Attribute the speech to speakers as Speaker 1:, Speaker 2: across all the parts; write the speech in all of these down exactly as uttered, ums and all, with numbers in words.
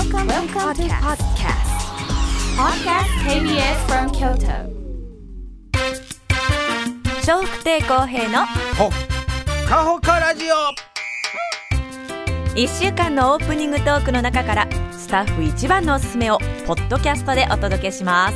Speaker 1: Welcome, Welcome to podcast. Podcast ケービーエス from Kyoto.
Speaker 2: 笑福亭公平の
Speaker 3: ほっかほかラジオ。
Speaker 2: いっしゅうかんのオープニングトークの中からスタッフ一番のおすすめをポッドキャストでお届けします。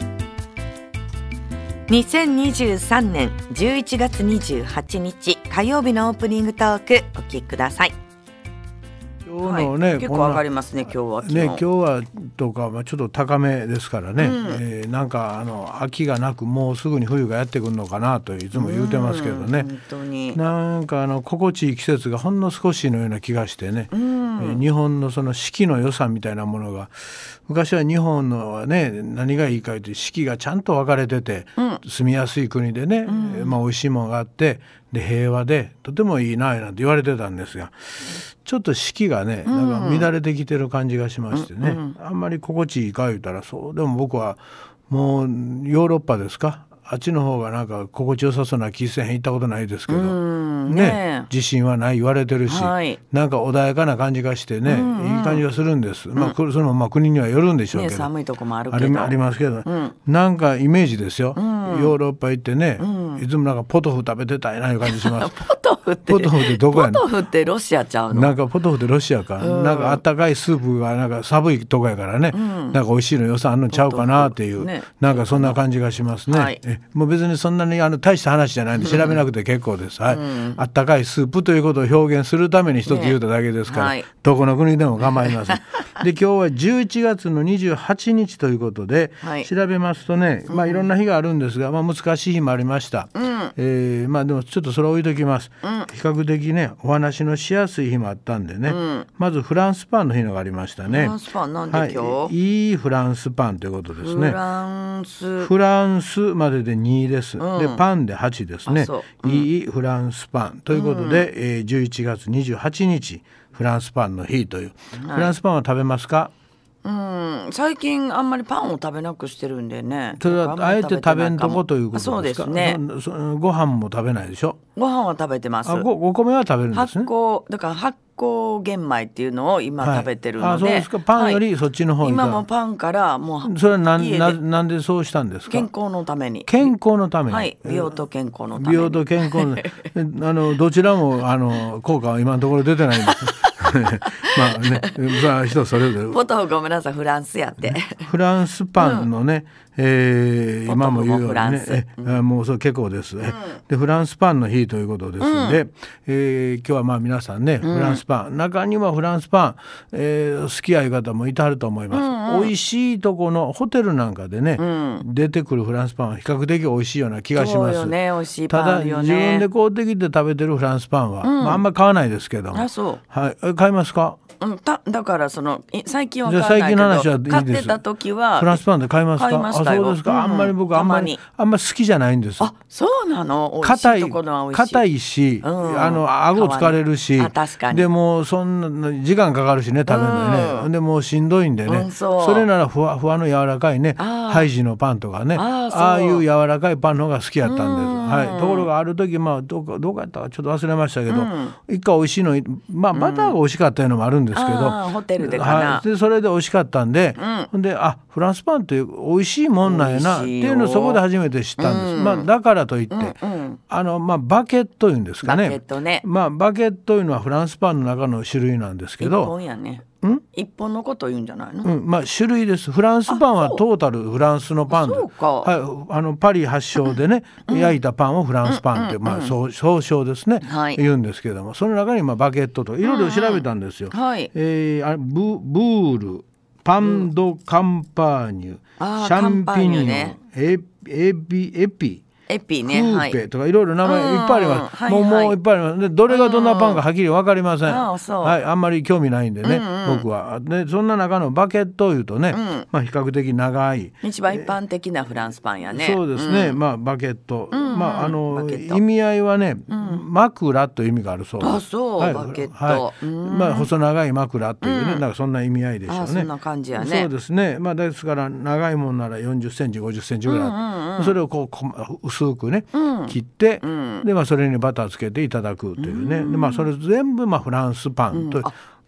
Speaker 2: にせんにじゅうさんねんじゅういちがつにじゅうはちにち火曜日のオープニングトークお聞きください。
Speaker 3: 今日のね、
Speaker 2: はい、結構上がりますね今日は。
Speaker 3: ね、今日はとか、まあ、ちょっと高めですからね、うんえー、なんかあの秋がなくもうすぐに冬がやってくるのかなといつも言うてますけどね、
Speaker 2: 本当に
Speaker 3: なんかあの心地いい季節がほんの少しのような気がしてね、うんえー、日本のその四季の良さみたいなものが昔は日本のはね何がいいかというと四季がちゃんと分かれてて、うん、住みやすい国でね、うんまあ、美味しいものがあってで平和でとてもいいななんて言われてたんですが、ちょっと四季がねなんか乱れてきてる感じがしましてね、うんうん、あんまり心地いいか言うたらそうでも僕はもうヨーロッパですかあっちの方がなんか心地よさそうな気せへん行ったことないですけど、うんねね、地震はない言われてるし、はい、なんか穏やかな感じがしてね、うんうん、いい感じがするんです、うんまあ、そのまあ国にはよるんでしょうけど、ね、
Speaker 2: 寒いとこもあるけど あ
Speaker 3: り, ありますけど、うん、なんかイメージですよ、うん、ヨーロッパ行ってね、うん、いつもなんかポトフ食べてたいないう感じします
Speaker 2: ポトフって
Speaker 3: ポトフってどこやねん。
Speaker 2: ポトフってロシアちゃうの。
Speaker 3: なんかポトフってロシアか、うん、なんかあったかいスープがなんか寒いとこやからね、うん、なんか美味しいの良さあんのちゃうかなっていう、ね、なんかそんな感じがしますね、はい、えもう別にそんなにあの大した話じゃないんで調べなくて結構です、はいうん、あったかいスープということを表現するために一つ言うただけですから、ねはい、どこの国でも構いませんで今日はじゅういちがつのにじゅうはちにちということで、はい、調べますとね、まあ、いろんな日があるんですが、まあ、難しい日もありました、うんえーまあ、でもちょっとそれ置いときます、うん、比較的ねお話のしやすい日もあったんでね、うん、まずフランスパンの日のがありましたね。
Speaker 2: フランスパンなんで今日、
Speaker 3: はい、いいフランスパンということですね。
Speaker 2: フランス
Speaker 3: フランスまででにです、うん、でパンではちですね、うん、いいフランスパンということで、うんえー、じゅういちがつにじゅうはちにちフランスパンの日という、はい、フランスパンは食べますか？
Speaker 2: うん最近あんまりパンを食べなくしてるんでね。
Speaker 3: それはあえて食べんとこということですか？
Speaker 2: そうですね。
Speaker 3: そそご飯も食べないでしょ？
Speaker 2: ご飯は食べてます。
Speaker 3: あ ご, ご米は食べるんですね。
Speaker 2: 発酵だから発酵玄米っていうのを今食べてるので、はい、あ
Speaker 3: そうですか。パンよりそっちの方に、
Speaker 2: はい、今もパンからもう
Speaker 3: それは何 な, なんでそうしたんですか？
Speaker 2: 健康のために。
Speaker 3: 健康のために、
Speaker 2: はい、美容と健康のために。
Speaker 3: 美容と健康のあのどちらもあの効果は今のところ出てないんですまあね、まあ、人それぞれ。
Speaker 2: ポトフごめんなさいフランスやって
Speaker 3: フランスパンのね、うんえー、今も言うようにね、うん、もうそれ結構です、うん、でフランスパンの日ということですので、うんえー、今日はまあ皆さんねフランスパン、うん、中にはフランスパン、えー、好きやいう方もいてはると思います、うんうん、美味しいとこのホテルなんかでね、うん、出てくるフランスパンは比較的美味しいような気がします。
Speaker 2: そうよね、美味しいパンあるよね。
Speaker 3: ただ自分で買うてきて食べてるフランスパンは、うんまあ、あんまり買わないですけども。
Speaker 2: あそう、
Speaker 3: はい、買いますか？
Speaker 2: うん、だ, だからその最近は買わないけど
Speaker 3: 最近の話はいいです。
Speaker 2: 買ってた時は
Speaker 3: フランスパンで買いますか？
Speaker 2: 買いましたよ。
Speaker 3: あそうですか、うん、あんまり僕あんまりあんまり好きじゃないんです。
Speaker 2: あそうなの。美味しいところは美味しい。
Speaker 3: 硬いし、うん、あの顎疲れるし、
Speaker 2: あ確かに。
Speaker 3: でもそんな時間かかるしね食べるのね、うん、でもうしんどいんでね、うん、そ, それならふわふわの柔らかいねハイジのパンとかね あ, ああいう柔らかいパンの方が好きやったんです、はい、ところがある時まあどうかどうかやったかちょっと忘れましたけど、うん、一回美味しいのまあバターが美味しかったのもあるんですけど、
Speaker 2: うんホテルでかな、
Speaker 3: はい、でそれで美味しかったんで、うん、であフランスパンって美味しいもんなんやなっていうのをそこで初めて知ったんです、うんまあ、だからといって、うんうんあのまあ、バケットいうんですかね、
Speaker 2: バケットね、
Speaker 3: まあ、バケットいうのはフランスパンの中の種類なんですけど
Speaker 2: 一本やね
Speaker 3: ん
Speaker 2: 一本のこと言うんじゃないの、
Speaker 3: うんまあ、種類です。フランスパンはトータルフランスのパンで、
Speaker 2: そうか、
Speaker 3: はい、あのパリ発祥でね、うん、焼いたパンをフランスパンって、うんうんうんまあ、総, 総称ですね、はい、言うんですけどもその中にまあバケットといろいろ調べたんですよ、うんうんはいえー、あ ブ, ブールパンドカンパーニュ、うん、シャンピニオン、ね、エ, エ, ビエピ
Speaker 2: エピね、
Speaker 3: フーペとかいろいろ名前いっぱいあります、はい、もう、はい、もういっぱいありますでどれがどんなパンかはっきり分かりません、あ, はい、あんまり興味ないんでね、うんうん、僕はでそんな中のバケットを言うとね、うんまあ、比較的長い
Speaker 2: 一番一般的なフランスパンやね。
Speaker 3: そうですね、うんまあ、バケット、うんうんまあ、あの意味合いはね、うん、枕という意味があるそうです。
Speaker 2: あそう、はい、バケット、
Speaker 3: はいまあ、細長い枕というね、うん、なんかそんな意味合いでしょうね。あ
Speaker 2: そんな感じやね。
Speaker 3: そうですね、まあ、ですから長いもんならよんじゅっセンチごじゅっセンチぐらい、うんうんうん、それをこう薄くね、うん切って、うんでまあ、それにバターつけていただくというね、うんでまあ、それ全部まあフランスパンと、うん、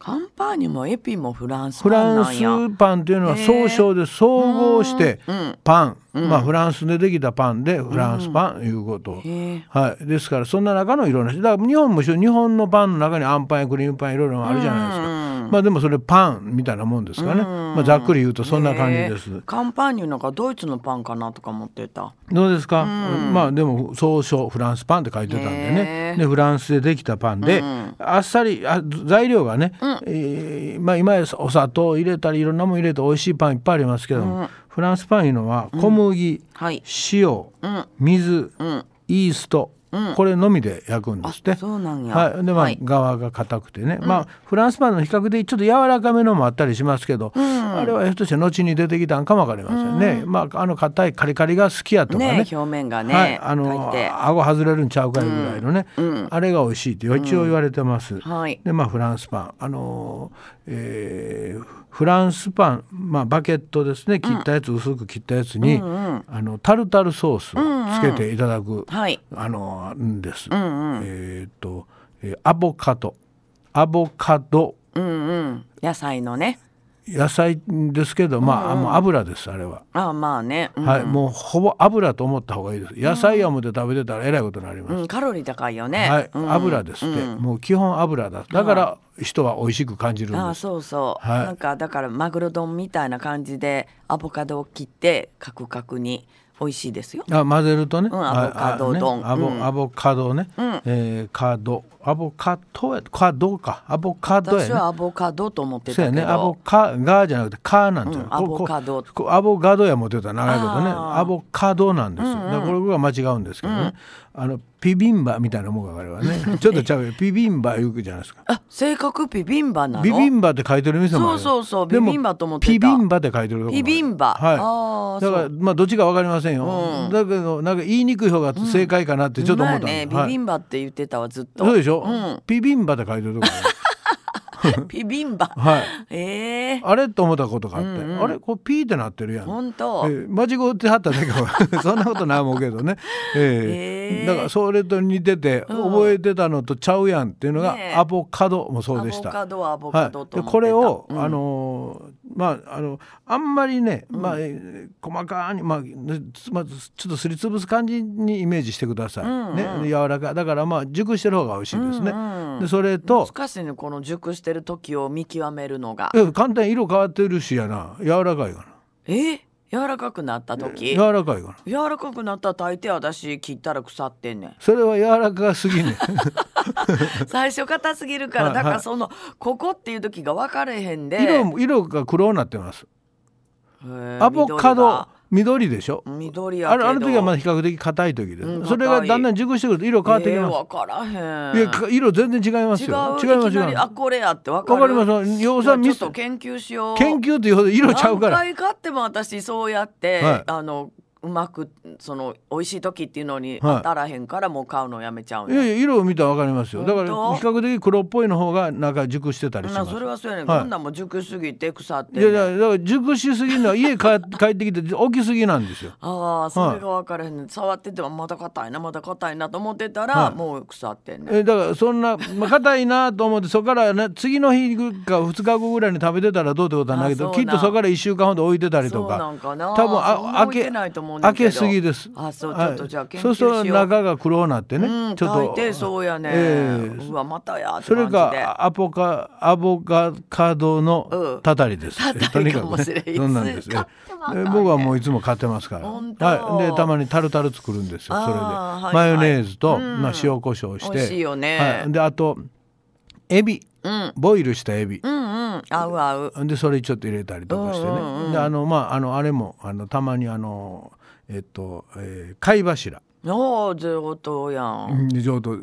Speaker 4: カンパーニュもエピもフランス
Speaker 3: フラン
Speaker 4: パンなんや。
Speaker 3: スパンというのは総称で総合してパン、
Speaker 4: うん
Speaker 3: まあ、フランスでできたパンでフランスパンいうこと、
Speaker 4: へ
Speaker 3: はい、ですからそんな中のいろんなだから日本も日本のパンの中にあんパンやクリームパンいろいろあるじゃないですか、まあでもそれパンみたいなもんですかね、まあ、ざっくり言うとそんな感じです。
Speaker 4: カンパーニュなんかドイツのパンかなとか思ってた。
Speaker 3: どうですか、まあでも総称フランスパンって書いてたんでね、でフランスでできたパンで、うん、あっさりあ材料がね、うんえーまあ、今やお砂糖入れたりいろんなもん入れて美味しいパンいっぱいありますけども、うん、フランスパンいうのは小麦、うんはい、塩、うん、水、うん、イースト、うん、これのみで焼くんですって。
Speaker 4: そうなんや。
Speaker 3: はい、でまあ、はい、側が硬くてね、うん、まあフランスパンの比較的ちょっと柔らかめのもあったりしますけど、うん、あれはひょっとして後に出てきたんかもわかりませんね、うん、まああの硬いカリカリが好きやとか ね,
Speaker 4: ね表面がね、
Speaker 3: はい、あの顎外れるんちゃうかいうぐらいのね、うん、あれが美味しいって一応言われてます、うんはい、でまあフランスパンあのーえー、フランスパン、まあ、バケットですね切ったやつ、うん、薄く切ったやつに、うんうん、あのタルタルソースをつけていただく、うんうんはい、あのんです、うんうんえー、っと、えー、アボカドアボカド、
Speaker 4: うんうん、野菜のね
Speaker 3: 野菜ですけど、まあ、うんうん、もう油ですあれは。
Speaker 4: ああまあね、うん、
Speaker 3: はい、もうほぼ油と思った方がいいです。野菜やもで食べてたらえらいことになります、
Speaker 4: うん、カロリー高いよね。
Speaker 3: はい、
Speaker 4: うん、
Speaker 3: 油ですって、うん、もう基本油だ。だから人は美味しく感じるんです。
Speaker 4: あそうそう、
Speaker 3: はい、
Speaker 4: なんかだからマグロ丼みたいな感じでアボカドを切ってカクカクに美味しいですよ。
Speaker 3: あ混ぜるとね、
Speaker 4: うん、アボカド丼、
Speaker 3: ね、アボ、うん、アボカドね、うんえー、カドアボカドやカドかアボカドやね。
Speaker 4: 私はアボカドと思ってたけど。
Speaker 3: そうやねアボカガーじゃなくてカーなんですよ、うん、
Speaker 4: アボカド
Speaker 3: ここアボカドや持ってた長いことねアボカドなんですよ、うんうん、だからこれが間違うんですけどね、うんあのピビンバみたいなもんがあればねちょっとちゃうよピビンバ言うじゃないですか。
Speaker 4: あ正確ピビンバなの。
Speaker 3: ビビンバって書いてる店もある。
Speaker 4: そうそうそうビビンバと思ってた。
Speaker 3: ピビンバって書いてるとこ
Speaker 4: ピビンバ、
Speaker 3: はい、
Speaker 4: あ
Speaker 3: だからまあどっちか分かりませんよ、うん、だけどなんか言いにくい方が正解かなってちょっと思った、
Speaker 4: うんまあね、ビビンバって言ってたわずっと。
Speaker 3: そうでしょ、
Speaker 4: うん、
Speaker 3: ピビンバって書いてるとこ
Speaker 4: ピビンバ、
Speaker 3: はい、
Speaker 4: えー、
Speaker 3: あれと思ったことがあって、
Speaker 4: うんうん、
Speaker 3: あれこうピーってなってるやん。
Speaker 4: 本当、
Speaker 3: えー、間違ってはっただけはそんなことないもんけどね、えーえー、だからそれと似てて、うん、覚えてたのとちゃうやんっていうのが、ね、アボカドもそうでした。
Speaker 4: アボカドはアボカドと思ってた、
Speaker 3: はい、でこれを、うん、あのーまああのあんまりね、まあ、細かに、まあまずちょっとすりつぶす感じにイメージしてください、うんうんね、柔らかだからまあ熟してる方が美味しいですね、うんうん、でそれと
Speaker 4: 難しいねこの熟してる時を見極めるのが。
Speaker 3: 簡単に色変わってるしやな柔らかいかな。
Speaker 4: え柔らかくなった時
Speaker 3: 柔らかいかな。
Speaker 4: 柔らかくなったら大抵私切ったら腐ってんねん。
Speaker 3: それは柔らかすぎね
Speaker 4: 最初硬すぎるから、だからそのここっていう時が分かれへんで
Speaker 3: 色, 色が黒になってます。アボカド緑でしょ。
Speaker 4: 緑やけど
Speaker 3: あ, あの時はまだ比較的硬い時です、うん、それがだんだん熟してくると色変わってきます、
Speaker 4: えー、分からへん。
Speaker 3: いや色全然違いますよ。
Speaker 4: 違う違います違います。あこれやって分かる。
Speaker 3: 分かります。要するに
Speaker 4: ちょっと研究しよう。
Speaker 3: 研究っていうほど色ちゃうから。
Speaker 4: 何回買っても私そうやって、はい、あのうまくその美味しい時っていうのに当たらへんからもう買うのやめちゃうね、
Speaker 3: はい、いやいや色を見たら分かりますよ。だから比較的黒っぽいの方がなんか熟してたりします。
Speaker 4: それはそうやねん、はい、こんなんも熟しすぎて腐って、
Speaker 3: ね、いやいやだから熟しすぎるのは家帰ってきて大きすぎなんですよ。
Speaker 4: ああそれが分からへんねん。触っててもまだ硬いなまだ硬いなと思ってたら、はい、もう腐ってんねん。
Speaker 3: えだからそんな、まあ、硬いなと思ってそこから、ね、次の日かふつかごぐらいに食べてたらどうってことはないけどきっとそこからいっしゅうかんほど置いてたりとか。
Speaker 4: そうなんかな
Speaker 3: 多分あ開け開けすぎです。
Speaker 4: あそうちょっとじゃあ研究しよう、
Speaker 3: はい、そうすると中が黒なってね、
Speaker 4: うん、ちょっと大抵そうやね、えー、うわまたやって
Speaker 3: それがアボカアボカドのたたりです、
Speaker 4: うん、たたりかもしれん。
Speaker 3: そんなんです、ね、僕はもういつも買ってますから、はい、でたまにタルタル作るんですよ。それで、はいはい、マヨネーズと、うんまあ、塩コショウして
Speaker 4: 美味しいよね、
Speaker 3: はい、であとエビ、うん、ボイルしたエビ、
Speaker 4: うんうん、合う合う
Speaker 3: でそれちょっと入れたりとかしてね、うんうん、であのまああのあれもあのたまにあのえっと、えー、貝柱
Speaker 4: おー上等やん。
Speaker 3: 上等、うん、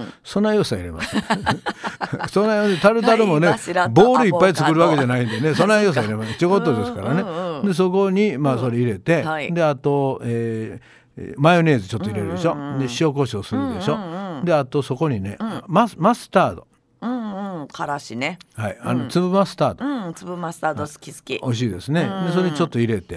Speaker 3: そんな良さ入れますそんな良さタルタルもねボールいっぱい作るわけじゃないんでねそんな良さ入れますちょこっとですからね、うんうん、でそこにまあそれ入れて、うんはい、であと、えー、マヨネーズちょっと入れるでしょ、うんうんうん、で塩コショウするでしょ、うんうんうん、であとそこにね、うん、マ, マスタード
Speaker 4: うんうん、からしね、
Speaker 3: はい、あの粒マスタード、
Speaker 4: うん、粒マスタード好き好き、
Speaker 3: 美味しいですね、でそれちょっと入れて、うん、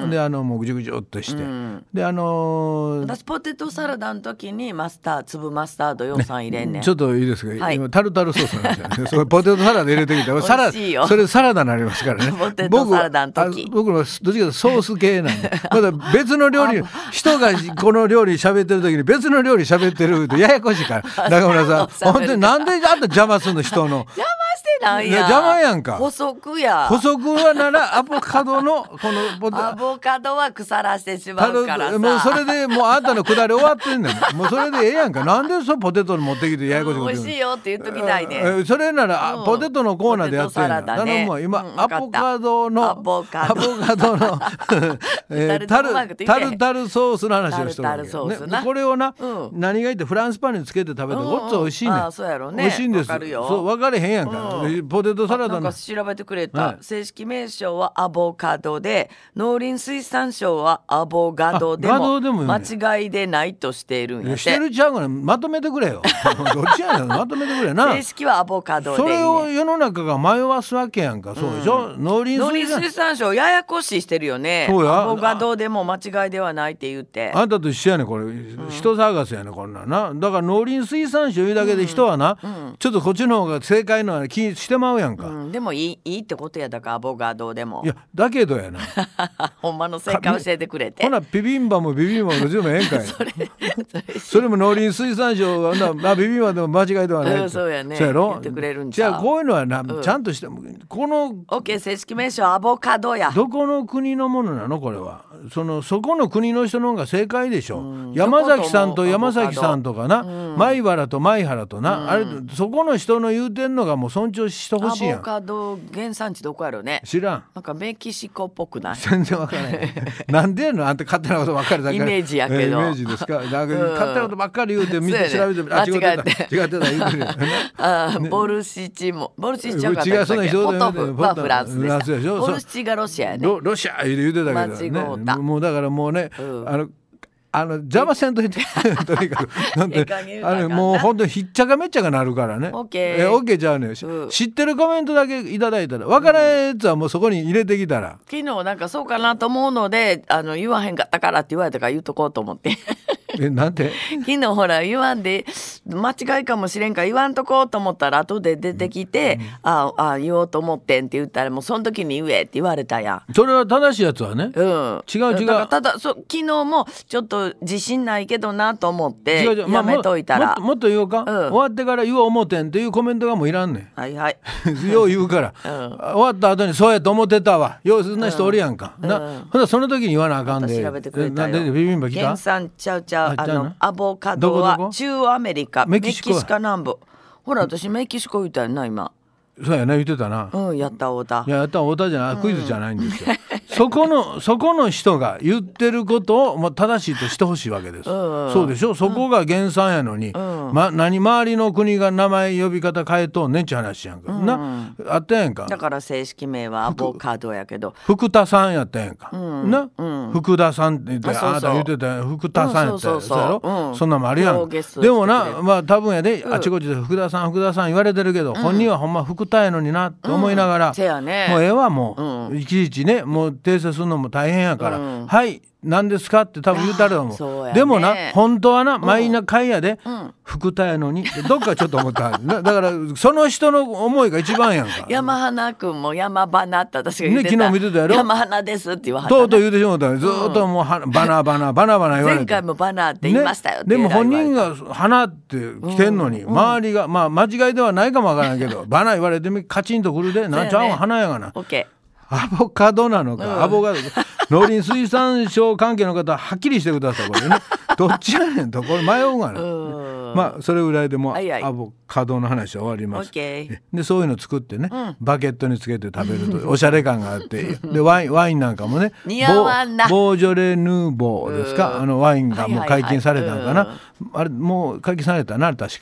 Speaker 3: うん、であのもうぐじゅぐじゅっとして、うん、であのー、
Speaker 4: 私ポテトサラダの時にマスター粒マスタードようさん入れんねん。
Speaker 3: ちょっといいですか、
Speaker 4: はい、
Speaker 3: 今タルタルソースなんですよねそれポテトサラダ入れてきたサラそれサラダになりますからね
Speaker 4: ポテトサラダの時
Speaker 3: 僕もどっちかというとソース系なんでまだ別の料理人がこの料理喋ってる時に別の料理喋ってるとややこしいから中村さん本当になんであんた邪魔するの人の
Speaker 4: 邪魔してないや
Speaker 3: 邪魔やんか。
Speaker 4: 補足や
Speaker 3: 補足はならアボカドのこのポテ
Speaker 4: アボカドは腐らしてしまうからさ
Speaker 3: もうそれでもうあんたのくだり終わってんねんもうそれでええやんかなんでそポテトに持ってきてややこしいこと
Speaker 4: 美味しいよって言っときたいね、
Speaker 3: えー、それなら、うん、ポテトのコーナーでやってんの、ね、頼むわ今、うん、アボカドの
Speaker 4: アボカド
Speaker 3: アボカドの、えー、タルタルタルソースの話をしてるわけ、ね、これをな、うん、何がいいってフランスパンにつけて食べてごっつ美味しいねん、
Speaker 4: あそうやろね、
Speaker 3: 美味しいんです。
Speaker 4: 分かるよ。
Speaker 3: そう分かれへんやんか、うん、ポテトサラダの
Speaker 4: なんか調べてくれた、
Speaker 3: はい、
Speaker 4: 正式名称はアボカドで農林水産省はアボガドでも間違いでないとしているんやって。
Speaker 3: してるちゃうからまとめてくれよどっちやねんまとめてくれな
Speaker 4: 正式はアボカドでいい、ね、
Speaker 3: それを世の中が迷わすわけやんか、そうでしょ、うん、農林水産
Speaker 4: 農林水産省ややこしいしてるよね。
Speaker 3: そうや
Speaker 4: アボガドでも間違いではないって言って、
Speaker 3: あんたと一緒やねんこれ、うん、人探すやねんこんなんな。だから農林水産省言うだけで人はな、うんうん、ちょっとこっちの方が正解の気してまうやんか、
Speaker 4: うん、でもいい、いいってことやだからアボガドでも。
Speaker 3: いやだけどやな
Speaker 4: ほんまの正解教えてくれて。
Speaker 3: ほなビビンバもビビンバもどっちでもええんかい
Speaker 4: それ
Speaker 3: それも農林水産省はな、まあ、ビビンバでも間違いではない、
Speaker 4: うん、そうやね、
Speaker 3: そうやろ
Speaker 4: 言ってくれるんちゃう。
Speaker 3: じゃあこういうのはな、
Speaker 4: うん、
Speaker 3: ちゃんとしてこの
Speaker 4: OK 正式名称アボカドや。
Speaker 3: どこの国のものなのこれは。そのそこの国の人の方が正解でしょ、うん、山崎さんと山崎さんとかな、うん、前原と前原とな、うん、あれそこの人の言うてんのがもう尊重してほしいやん。
Speaker 4: アボカド原産地どこやろね。
Speaker 3: 知らん。
Speaker 4: なんかメキシコっぽくない。
Speaker 3: 全然わからないなんでやのあんた勝手なことばっかりだから
Speaker 4: イメージやけど、
Speaker 3: えー、イメージですか。なんか勝手なことばっかり言うて見て調べて、ね、あ違ってた違ってた言うてる
Speaker 4: あ、ね、ボルシチもボルシチちゃうかったっけ。
Speaker 3: 違うその人
Speaker 4: ポトフはフランスでした。ボルシチがロシアやね。
Speaker 3: ロ, ロシア言うてたけど、ね、
Speaker 4: 間違うた。
Speaker 3: もうだからもうね、うん、あのあの邪魔せんといてとにかくなんてあれもう本当にひっちゃかめっちゃかなるからね。
Speaker 4: オッケー
Speaker 3: えオッケーじゃあね、うん、知ってるコメントだけいただいたら分からんやつはもうそこに入れてきたら、
Speaker 4: うん、昨日なんかそうかなと思うのであの言わへんかったからって言われたから言うとこうと思って
Speaker 3: えなんて
Speaker 4: 昨日ほら言わんで間違いかもしれんから言わんとこうと思ったら後で出てきて、うん、ああ言おうと思ってんって言ったらもうその時に言えって言われたやん。
Speaker 3: それは正しいやつはね、
Speaker 4: うん、
Speaker 3: 違う違う。
Speaker 4: だからただそ昨日もちょっと自信ないけどなと思ってやめといたら、
Speaker 3: まあ、も, もっと言おうか、うん、終わってから言おう思てんっていうコメントがもういらんねん。
Speaker 4: はいはい
Speaker 3: よう言うから、うん、終わった後にそうやと思ってたわようそんな人おるやんか、うん、な、うん、ほなその時に言わなあかんで。
Speaker 4: 調べてくれたよ。
Speaker 3: なんでビビンバ来た。
Speaker 4: 原産ちゃうちゃうあのアボカドは中アメリカメキシコ南部。ほら私メキシコ言うたよな今。
Speaker 3: そうやな言ってたな。
Speaker 4: うんやった太田。
Speaker 3: いややった太田じゃない、うん、クイズじゃないんですよそこのそこの人が言ってることを、まあ、正しいとしてほしいわけです、うん、そうでしょ。そこが原産やのに、うんま、何周りの国が名前呼び方変えとんねんちゅう話やんか、うん、なあったやんか。
Speaker 4: だから正式名はアボカドやけど
Speaker 3: 福田さんやったやんか、うん、な、うん、福田さんって言ってあ
Speaker 4: そうそう
Speaker 3: あなた言ってたやん福田さんやったやん、うん、そうそうそうそうやろ、うん、そんなんもあるやん。でもなまあ多分やで、うん、あちこちで福田さん福田さん言われてるけど、うん、本人はほんま福田やのになって思いながら、
Speaker 4: うんせやね、
Speaker 3: もうええわもう、うん、いちいちねもう訂正するのも大変やから、うん、はい何ですかって多分言うたると思う、ね、でもな本当はなマイナ会やで、うん、福田やのにどっかちょっと思っただからその人の思いが一番やんか。
Speaker 4: 山花くんも山花って私が言ってた、
Speaker 3: ね、昨日見てたやろ。
Speaker 4: 山花ですって言わはった、
Speaker 3: ね、とうとう言うてしまったずっともう、うん、バナバナバナバナ言われて
Speaker 4: 前回もバナって言いましたよって、
Speaker 3: ね、でも本人が花って来てんのに、うん、周りがまあ間違いではないかもわからんけどバナ言われてみカチンとくるでなんちゃう花やがな。
Speaker 4: オッケー
Speaker 3: アボカドなのか、うん、アボカド農林水産省関係の方ははっきりしてくださいこれねどっちやねんとこれ迷うがな、うん、まあそれぐらいでもはいはい、アボカドの話は終わります。でそういうの作ってね、うん、バケットにつけて食べるとおしゃれ感があってでワイン、ワインなんかもね
Speaker 4: 似合わんな
Speaker 3: ボージョレ・ヌーボーですか、あのワインがもう解禁されたのかな、はいはいはい、あれもう解禁されたな確か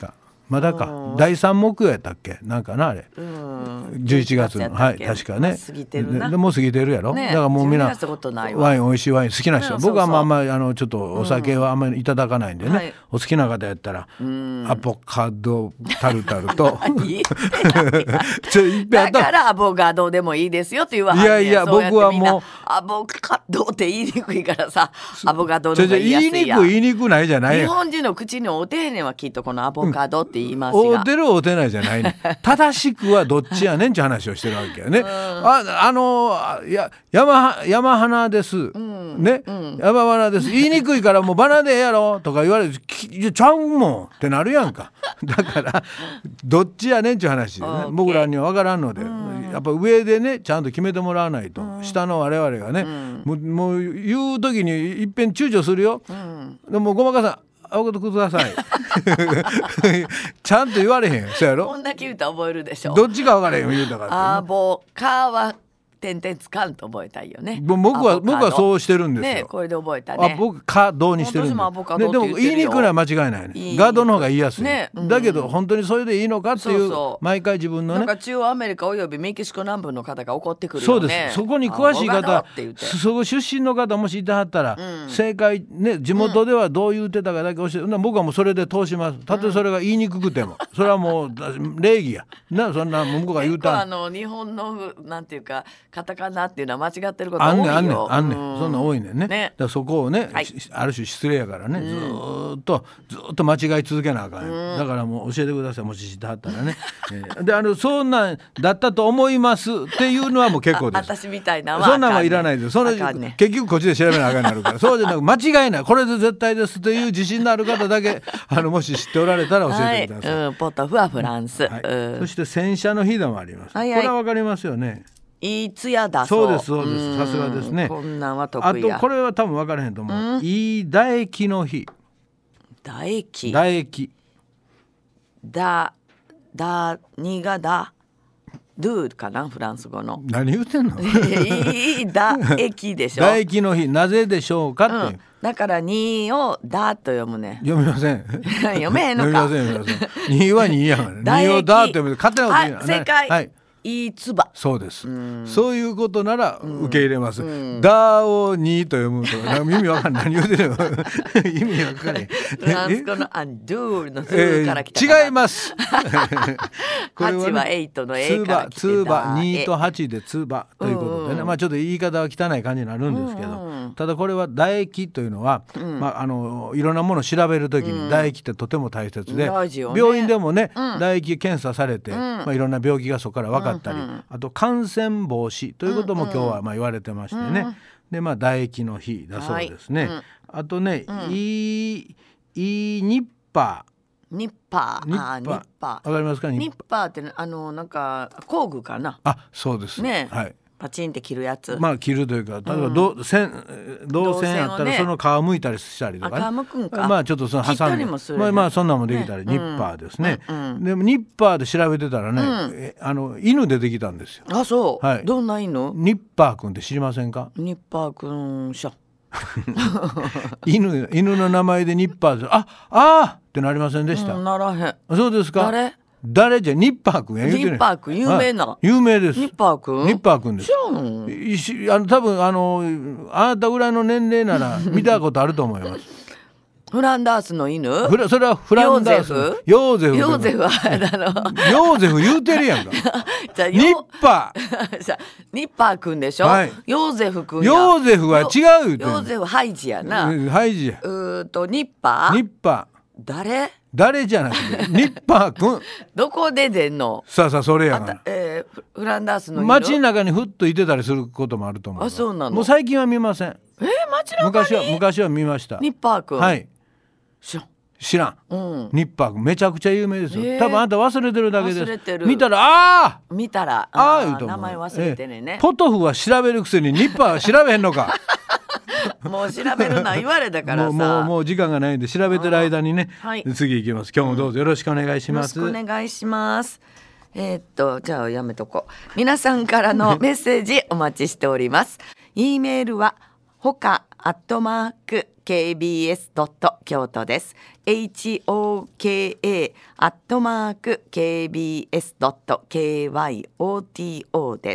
Speaker 3: まだかだいさん木曜やったっけなんかなあれ、うん、じゅういちがつのはい確かね
Speaker 4: 過ぎてるな
Speaker 3: でもう過ぎてるやろ、ね、だからもうみんなワイン美味しいワイン好きな人、僕はあんまりあのちょっとお酒はあんまりいただかないんでね、うんはい、お好きな方やったら、うん、アボカドタルタルと
Speaker 4: だからアボカドでもいいですよって言わはんねん。
Speaker 3: いやいや僕はもう
Speaker 4: アボカドって言いにくいからさアボカドの方が言いやすいやん。
Speaker 3: 言いにくい言いにくないじゃないよ。
Speaker 4: 日本人の口に合うてへんねんはきっとこのアボカドって言いますが、
Speaker 3: 合うてる合うてないじゃないね正しくはどっちやねんって話をしてるわけよね、うん、あ, あのや山山花です、うん、ね、うん、山花です言いにくいからもうバナでええやろとか言われるちゃうもんってなるやんかだからどっちやねんっていう話でね僕らには分からんので、うん、やっぱ上でねちゃんと決めてもらわないと、うん、下の我々がね、うん、も, もう言う時にいっぺん躊躇するよ、うん、でもごまかさんアボカドくださいちゃんと言われへんそうやろ。
Speaker 4: こんだけ言うと覚えるでしょ。
Speaker 3: どっちか分からへんよ言うたから、ね、
Speaker 4: アボカは点々つかんと覚えたいよね。
Speaker 3: 僕は僕はそうしてるんですよ。
Speaker 4: ね、これで覚えたね。
Speaker 3: あ僕カドにしてるんで。
Speaker 4: 私もアボカドって言ってるよ。
Speaker 3: でも言いにくいのは間違いないね。いいガードの方が言いやすい、ねうん、だけど本当にそれでいいのかっていう、そうそう毎回自分のね
Speaker 4: なんか中央アメリカおよびメキシコ南部の方が怒ってくるよね。
Speaker 3: そうです。そこに詳しい方そこ出身の方もしいてはったら、うん、正解ね地元ではどう言うてたかだけ教えて、うん、僕はもうそれで通します。たとえそれが言いにくくても、うん、それはもう礼儀やな。そんな向こうが言うたん
Speaker 4: あの日本のなんていうかカタカナっていうのは間違ってること多いよ。
Speaker 3: あんねんあんねんあんねん、うん、そんな多いねんね。ねだからそこをね、はい、ある種失礼やからね、うん、ずーっとずーっと間違い続けなあかん、うん、だからもう教えてくださいもし知ってはったらね、えー、であのそんなんだったと思いますっていうのはもう結構です。
Speaker 4: 私みたいな
Speaker 3: はそんなんはいらないです。その、ね、結局こっちで調べなあかんなるからそうじゃなく間違いないこれで絶対ですという自信のある方だけあのもし知っておられたら教えてください、
Speaker 4: はいうん、ポトフはフランス、
Speaker 3: はいうん、そして洗車の日でもあります、はいはい、これはわかりますよね。
Speaker 4: いいつやだそう。
Speaker 3: そうですそうです。さすがですね。
Speaker 4: こんなんは得意や。
Speaker 3: あとこれは多分分からへんと思う、うん、いい唾液の日。
Speaker 4: 唾液
Speaker 3: 唾液
Speaker 4: だだにがだドゥかなフランス語の。
Speaker 3: 何言ってんの
Speaker 4: いい唾液でしょ
Speaker 3: 唾液の日なぜでしょうかっていう、うん、
Speaker 4: だからにをだと読むね。
Speaker 3: 読みません
Speaker 4: 読めへんのか。
Speaker 3: 読みません読みませんにはにやがねにをだと読む勝手なこと言う、
Speaker 4: はい、正解、はいいいつば。
Speaker 3: そうです、うん、そういうことなら受け入れます、うん、だをにと読むと意味わかんない何言うてるの意味わかんない
Speaker 4: フランス語のアンドゥールのズーから来たかな、
Speaker 3: えー、違います
Speaker 4: これは、ね、はちはエイトの A から来てた
Speaker 3: ツーバにとはちでツーバということでね、うん、まあちょっと言い方は汚い感じになるんですけど、うん、ただこれは唾液というのは、うんまあ、あのいろんなものを調べるときに唾液ってとても大切で、うん、病院でもね、うん、唾液検査されて、うんまあ、いろんな病気がそこから分かったり、うんうん、あと感染防止ということも今日はまあ言われてましてね、うんうん、でまあ唾液の日だそうですね、はいうん、あとね、うん、いいいいニッパ
Speaker 4: ーニッパー
Speaker 3: ニッパー、あ、ニッパーわかりますか。
Speaker 4: ニッパーってあのなんか工具かな。
Speaker 3: あそうですね、はい
Speaker 4: パチンって切るやつ。
Speaker 3: まあ切るというか例えばど、うん、線銅線やったらその皮むいたりしたりとか、ね、
Speaker 4: 皮むくんか
Speaker 3: まあちょっとその挟んでまあまあそんなのもできたり、ね、ニッパーですね、うんうん、でもニッパーで調べてたらね、うん、えあの犬出てきたんですよ。
Speaker 4: あそう、はい、どんな犬。
Speaker 3: ニッパーくんって知りませんか。
Speaker 4: ニッパーくんしゃ
Speaker 3: 犬, 犬の名前でニッパーでああってなりませんでした、
Speaker 4: うん、ならへん。
Speaker 3: そうですか。
Speaker 4: 誰
Speaker 3: 誰じゃニッパーくんや言うてね。
Speaker 4: ニッパーくん有名な、
Speaker 3: はい、有名です。
Speaker 4: ニッパーくん
Speaker 3: ニッパーくんです。
Speaker 4: 知らん。
Speaker 3: あの多分あのあなたぐらいの年齢なら見たことあると思います
Speaker 4: フランダースの犬。
Speaker 3: フラそれはフランダースヨーゼフ
Speaker 4: ヨーゼフはあの
Speaker 3: ヨーゼフ言うてるやんか
Speaker 4: じゃあ
Speaker 3: ニッパー
Speaker 4: ニッパーくんでしょ、はい、ヨーゼフくんや。
Speaker 3: ヨーゼフは違う
Speaker 4: ヨーゼフハイジやな。
Speaker 3: ハイジや。
Speaker 4: うーとニッパー
Speaker 3: ニッパー
Speaker 4: 誰
Speaker 3: 誰じゃなくてニッパーくん
Speaker 4: どこで出んの。
Speaker 3: さあさあそれやが、
Speaker 4: えー、フランダースの犬
Speaker 3: 街の中にふっといてたりすることもあると思う。
Speaker 4: あそうなの。
Speaker 3: もう最近は見ません。
Speaker 4: えー、街中に
Speaker 3: 昔は昔は見ました。
Speaker 4: ニッパーくん。
Speaker 3: はい
Speaker 4: 知らん
Speaker 3: 知らん、うん、ニッパーくんめちゃくちゃ有名ですよ、えー、多分あんた忘れてるだけです。
Speaker 4: 忘れてる。
Speaker 3: 見たらああ
Speaker 4: 見たら
Speaker 3: ああ言うと
Speaker 4: 名前忘れてね、え
Speaker 3: ー、ポトフは調べるくせにニッパーは調べへんのか
Speaker 4: もう調べるな言われたからさ
Speaker 3: もうもうもう時間がないんで調べてる間にね、はい、次行きます。今日もどうぞよろしくお願いします、
Speaker 4: うん、よろしくお願いします。えー、っとじゃあやめとこう。皆さんからのメッセージお待ちしております。 E メールはほかアットマーク ケービーエス ドット 京都です。 エイチオーケーエー アットマーク ケービーエス ドット ケーワイオーティーオー です。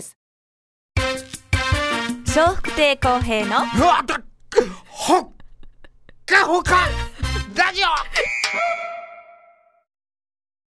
Speaker 2: 笑福亭公平の
Speaker 3: うわだほっかほかラジオ